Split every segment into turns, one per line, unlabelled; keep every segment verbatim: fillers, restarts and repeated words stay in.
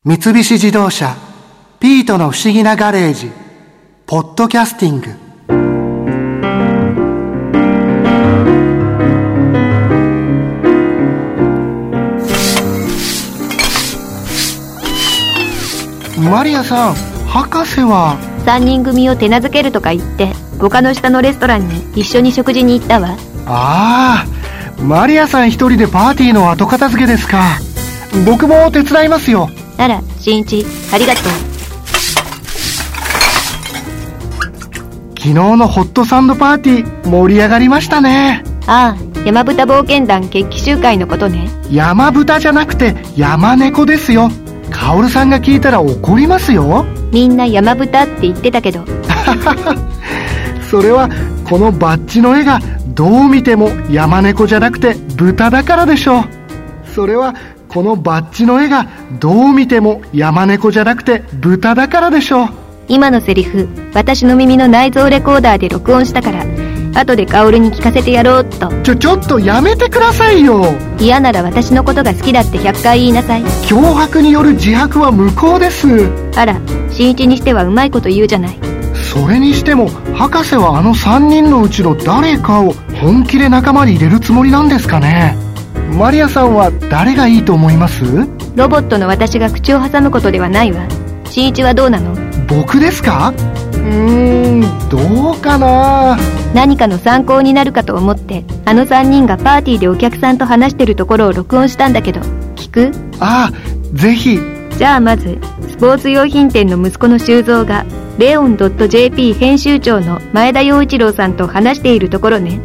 三菱自動車ピートの不思議なガレージポッドキャスティング。マリアさん、博士は
さんにん組を手なずけるとか言って丘の下のレストランに一緒に食事に行ったわ。
ああ、マリアさん一人でパーティーの後片付けですか。僕も手伝いますよ。
あら、新一、ありがとう。
昨日のホットサンドパーティー盛り上がりましたね。
ああ、山豚冒険団決起集会のことね。
山豚じゃなくて山猫ですよ。カオルさんが聞いたら怒りますよ。
みんな山豚って言ってたけど
それはこのバッジの絵がどう見ても山猫じゃなくて豚だからでしょう。それはこのバッジの絵がどう見ても山猫じゃなくて豚だからでしょう。
今のセリフ、私の耳の内蔵レコーダーで録音したから後でカオルに聞かせてやろうっと。
ちょちょっとやめてくださいよ。
嫌なら私のことが好きだってひゃっかい言いなさい。
脅迫による自白は無効です。
あら、新一にしてはうまいこと言うじゃない。
それにしても博士はあのさんにんのうちの誰かを本気で仲間に入れるつもりなんですかね。マリアさんは誰がいいと思います？
ロボットの私が口を挟むことではないわ。新一はどうなの？
僕ですか？うーん、どうかな。
何かの参考になるかと思ってあのさんにんがパーティーでお客さんと話してるところを録音したんだけど、聞く？
ああ、ぜひ。
じゃあまずスポーツ用品店の息子の修造がレオン .ジェーピー 編集長の前田洋一郎さんと話しているところね。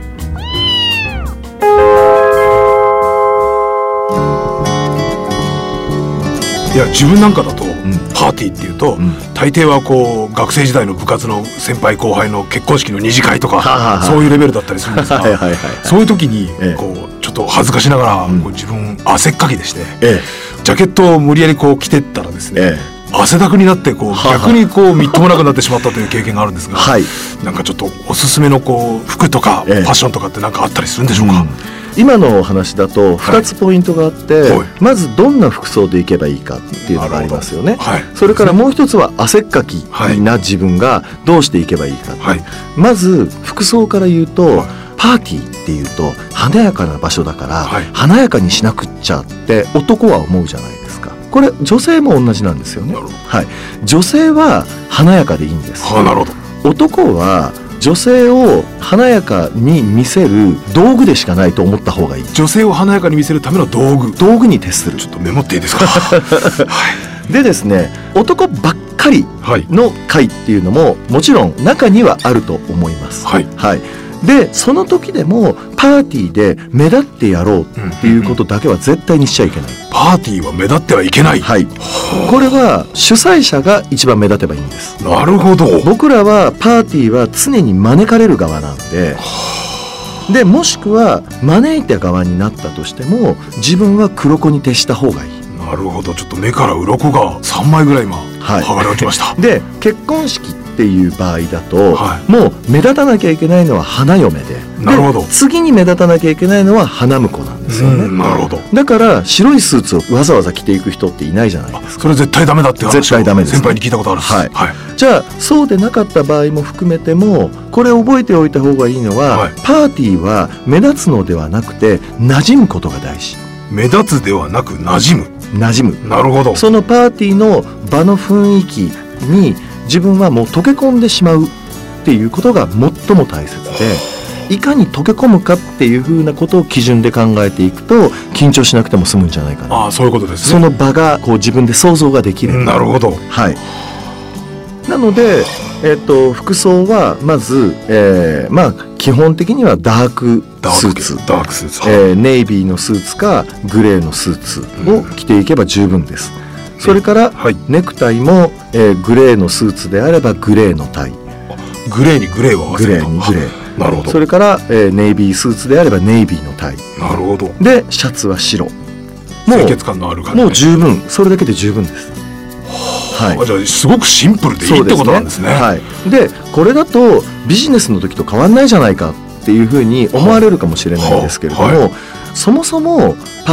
いや、自分なんかだと、うん、パーティーっていうと、うん、大抵はこう学生時代の部活の先輩後輩の結婚式の二次会とか、はははそういうレベルだったりするんですが、はいはいはいはい、そういう時にこう、ええ、ちょっと恥ずかしながら、うん、こう自分汗っかきでして、ええ、ジャケットを無理やりこう着てったらですね、ええ、汗だくになってこう逆にこうみっともなくなってしまったという経験があるんですが、はい、なんかちょっとおすすめのこう服とかファッションとかって何かあったりするんでしょうか？うん、
今のお話だとふたつポイントがあって、はい、まずどんな服装でいけばいいかっていうのがありますよね、はい、それからもう一つは汗っかきな自分がどうしていけばいいか、はい、まず服装から言うと、はい、パーティーっていうと華やかな場所だから、はい、華やかにしなくっちゃって男は思うじゃないですか。これ女性も同じなんですよね。はい、女性は華やかでいいんです。
はなるほど。
男は女性を華やかに見せる道具でしかないと思った方がいい。
女性を華やかに見せるための道具
道具に徹する。
ちょっとメモっていいですか？はい、
でですね、男ばっかりの会っていうのももちろん中にはあると思います。はい、はい、でその時でもパーティーで目立ってやろうっていうことだけは絶対にしちゃいけない。うんうんうん、
パーティーは目立ってはいけない。
はい、これは主催者が一番目立てばいいんです。
なるほど。
僕らはパーティーは常に招かれる側なんで、でもしくは招いた側になったとしても自分は黒子に徹した方がいい。
なるほど。ちょっと目から剥がさんまいぐらい今、はい、剥がれ落ちました。
で結婚式っていう場合だと、はい、もう目立たなきゃいけないのは花嫁で、
なるほど。
次に目立たなきゃいけないのは花婿なんですよね。
なるほど。
だから白いスーツをわざわざ着ていく人っていないじゃないですか。
それ絶対ダメだって話を
絶対ダメです、ね、
先輩に聞いたことあるんです。はいはい、
じゃあそうでなかった場合も含めてもこれ覚えておいた方がいいのは、はい、パーティーは目立つのではなくて馴染むことが大事。
目立つではなく馴染む。
馴染む。
なるほど。
そのパーティーの場の雰囲気に自分はもう溶け込んでしまうっていうことが最も大切で、いかに溶け込むかっていうふうなことを基準で考えていくと緊張しなくても済むんじゃないかな。
ああ、そういうことですね。
その場がこう自分で想像ができる。
なるほど。
はい。なので、えー、と服装はまず、えー、まあ基本的にはダークスーツ、
ダークスーツ、
えー、ネイビーのスーツかグレーのスーツを着ていけば十分です。うん、それから、はい、ネクタイも、えー、グレーのスーツであればグレーのタイ。
グレーにグレーを合わせると。
グレーにグレー。
なるほど。
それから、えー、ネイビースーツであればネイビーのタイ。
なるほど。
でシャツは白。もう
清潔感のある感じ、ね、
もう十分。それだけで十分です。
はい、じゃあすごくシンプルでいいってことなんですね。
はい、でこれだとビジネスの時と変わんないじゃないかっていうふうに思われるかもしれないんですけれども、はいはい、そもそもパーティーっ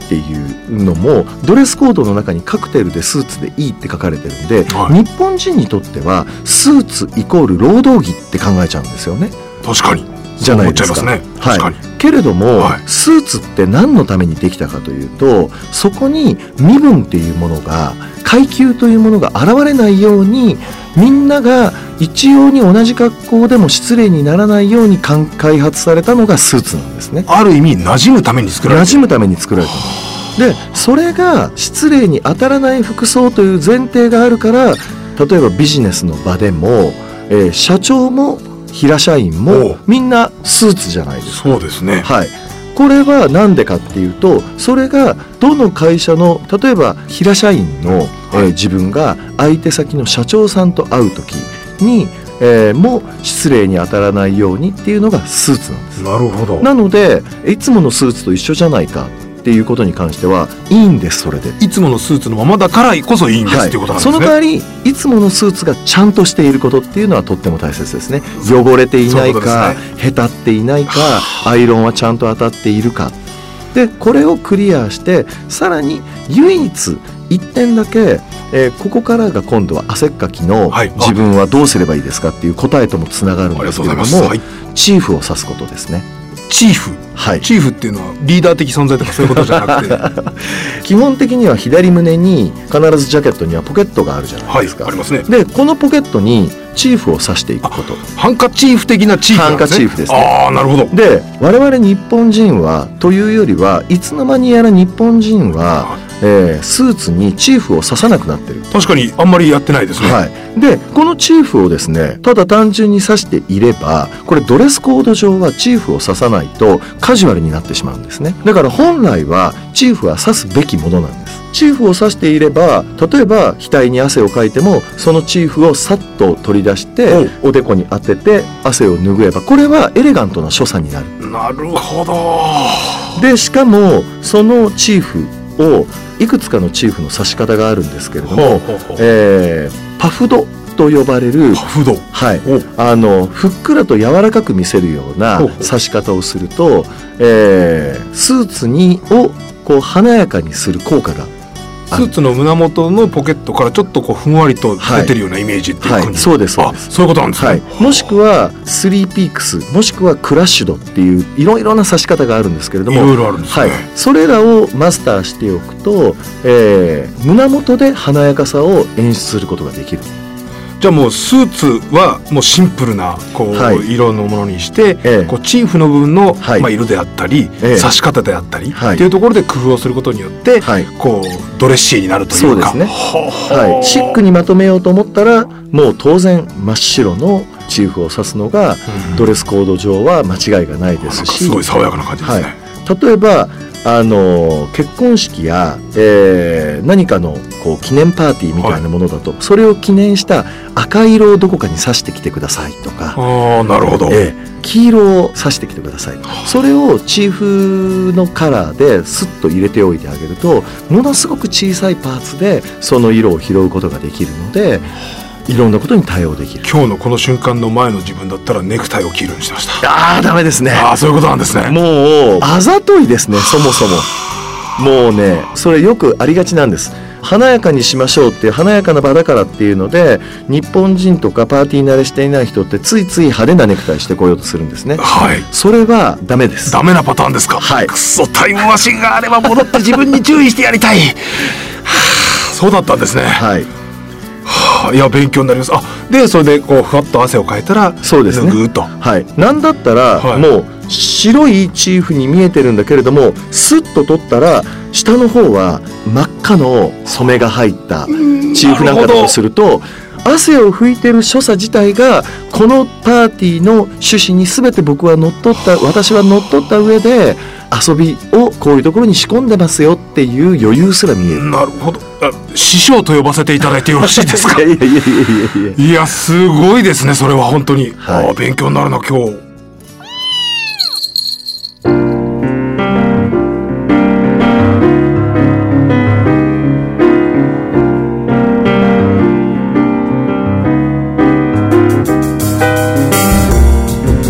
っていうのもドレスコードの中にカクテルでスーツでいいって書かれてるんで、はい、日本人にとってはスーツイコール労働着って考えちゃうんですよね。
確かに
じゃないですか。
そう思っちゃいますね。確かに、
はい、けれども、はい、スーツって何のためにできたかというと、そこに身分っていうものが、階級というものが現れないように、みんなが一様に同じ格好でも失礼にならないように開発されたのがスーツなんですね。
ある意味馴染むために作られた。
馴染むために作られた。でそれが失礼に当たらない服装という前提があるから、例えばビジネスの場でも、えー、社長も平社員もみんなスーツじゃないですか。
そうですね。
はい。これは何でかっていうと、それがどの会社の、例えば平社員の、はい、えー、自分が相手先の社長さんと会う時に、えー、も失礼に当たらないようにっていうのがスーツなんです。
なるほど。
なのでいつものスーツと一緒じゃないかっていうことに関してはいいんです。それで
いつものスーツのままだからこそいいんです、はい、っていうことなんですね。
その代わりいつものスーツがちゃんとしていることっていうのはとっても大切ですね。汚れていないか、へたっていないか、アイロンはちゃんと当たっているかで、これをクリアして、さらに唯一一点だけ、えー、ここからが今度は汗っかきの自分はどうすればいいですかっていう答えともつながるんですけれども、はい、チーフを指すことですね。
チーフ、はい、チーフっていうのはリーダー的存在とかそういうことじゃなくて
基本的には左胸に必ずジャケットにはポケットがあるじゃないですか、
はい、ありますね。
でこのポケットにチーフを指していくこと、
ハンカチーフ的なチーフなんですね。
ハンカチーフですね。
ああ、なるほど。
で我々日本人はというよりはいつの間にやら日本人は、えー、スーツにチーフを指さなくなってる。
確かにあんまりやってないですね、
はい、でこのチーフをですね、ただ単純に指していれば、これドレスコード上はチーフを指さないとカジュアルになってしまうんですね。だから本来はチーフは指すべきものなんです。チーフを指していれば、例えば額に汗をかいてもそのチーフをさっと取り出しておでこに当てて汗を拭えば、これはエレガントな所作になる。
なるほど。
でしかもそのチーフをいくつかのチーフの指し方があるんですけれども、ほうほうほう、えー、パフドと呼ばれる、
パフド、
はい、あのふっくらと柔らかく見せるような指し方をすると、えー、スーツにをこう華やかにする効果が、
スーツの胸元のポケットからちょっとこうふんわりと出てるようなイメージっていう感じ、
はいはい、そうですそうです。
あ、そういうことなんですね、はい、
もしくはスリーピークス、もしくはクラッシュドっていういろいろな指し方があるんですけれども、
いろいろあるんですね、
はい、それらをマスターしておくと、えー、胸元で華やかさを演出することができる。
じゃあもうスーツはもうシンプルなこう、はい、色のものにして、ええ、こうチーフの部分の、はい、まあ、色であったり、ええ、刺し方であったり、はい、っていうところで工夫をすることによって、はい、こうドレッシーになるというか、
そうですね、はい、シックにまとめようと思ったらもう当然真っ白のチーフを指すのが、うん、ドレスコード上は間違いがないですし、
すごい爽やかな感じですね、
はい、例えばあの結婚式や、えー、何かのこう記念パーティーみたいなものだと、はい、それを記念した赤色をどこかに刺してきてくださいとか、
あ、なるほど、
えー、黄色を刺してきてください、それをチーフのカラーでスッと入れておいてあげると、ものすごく小さいパーツでその色を拾うことができるので、いろんなことに対応できる。
今日のこの瞬間の前の自分だったらネクタイを黄色にしてました。
ああ、ダメですね。
ああ、そういうことなんですね。
もうあざといですね、そもそも。もうね、それよくありがちなんです。華やかにしましょうって、華やかな場だからっていうので、日本人とかパーティー慣れしていない人ってついつい派手なネクタイしてこようとするんですね。はい。それはダメです。
ダメなパターンですか。はい。くそ、タイムマシンがあれば戻って自分に注意してやりたい。はあ、そうだったんですね。はい。はあ、いや勉強になります。あ、でそれでこうふわっと汗をかいたら、
そうですね、
ぐーっと、
はい、なんだったら、はい、もう白いチーフに見えてるんだけれども、スッと取ったら下の方は真っ赤の染めが入ったチーフなんかだとすると、汗を拭いてる所作自体がこのパーティーの趣旨に全て僕は乗っ取った私は乗っ取った上で遊びをこういうところに仕込んでますよっていう余裕すら見える。
なるほど。師匠と呼ばせていただいてよろしいですか。いやいやいやいやいやいや、すごいですね、それは本当に、はい、あ、勉強になるな今日。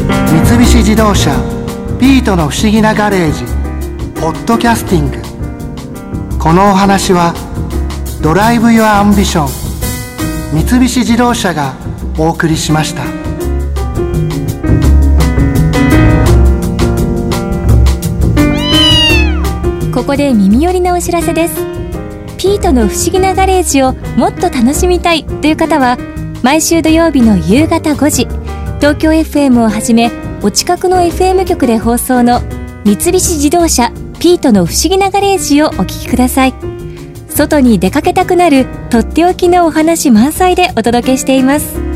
三菱自動車ピートの不思議なガレージポッドキャスティング。 このお話はドライブ・ユア・アンビション三菱自動車がお送りしました。
ここで耳寄りなお知らせです。ピートの不思議なガレージをもっと楽しみたいという方は、毎週土曜日の夕方ごじ、東京 エフエム をはじめお近くの エフエム 局で放送の三菱自動車ピートの不思議なガレージをお聞きください。外に出かけたくなるとっておきのお話満載でお届けしています。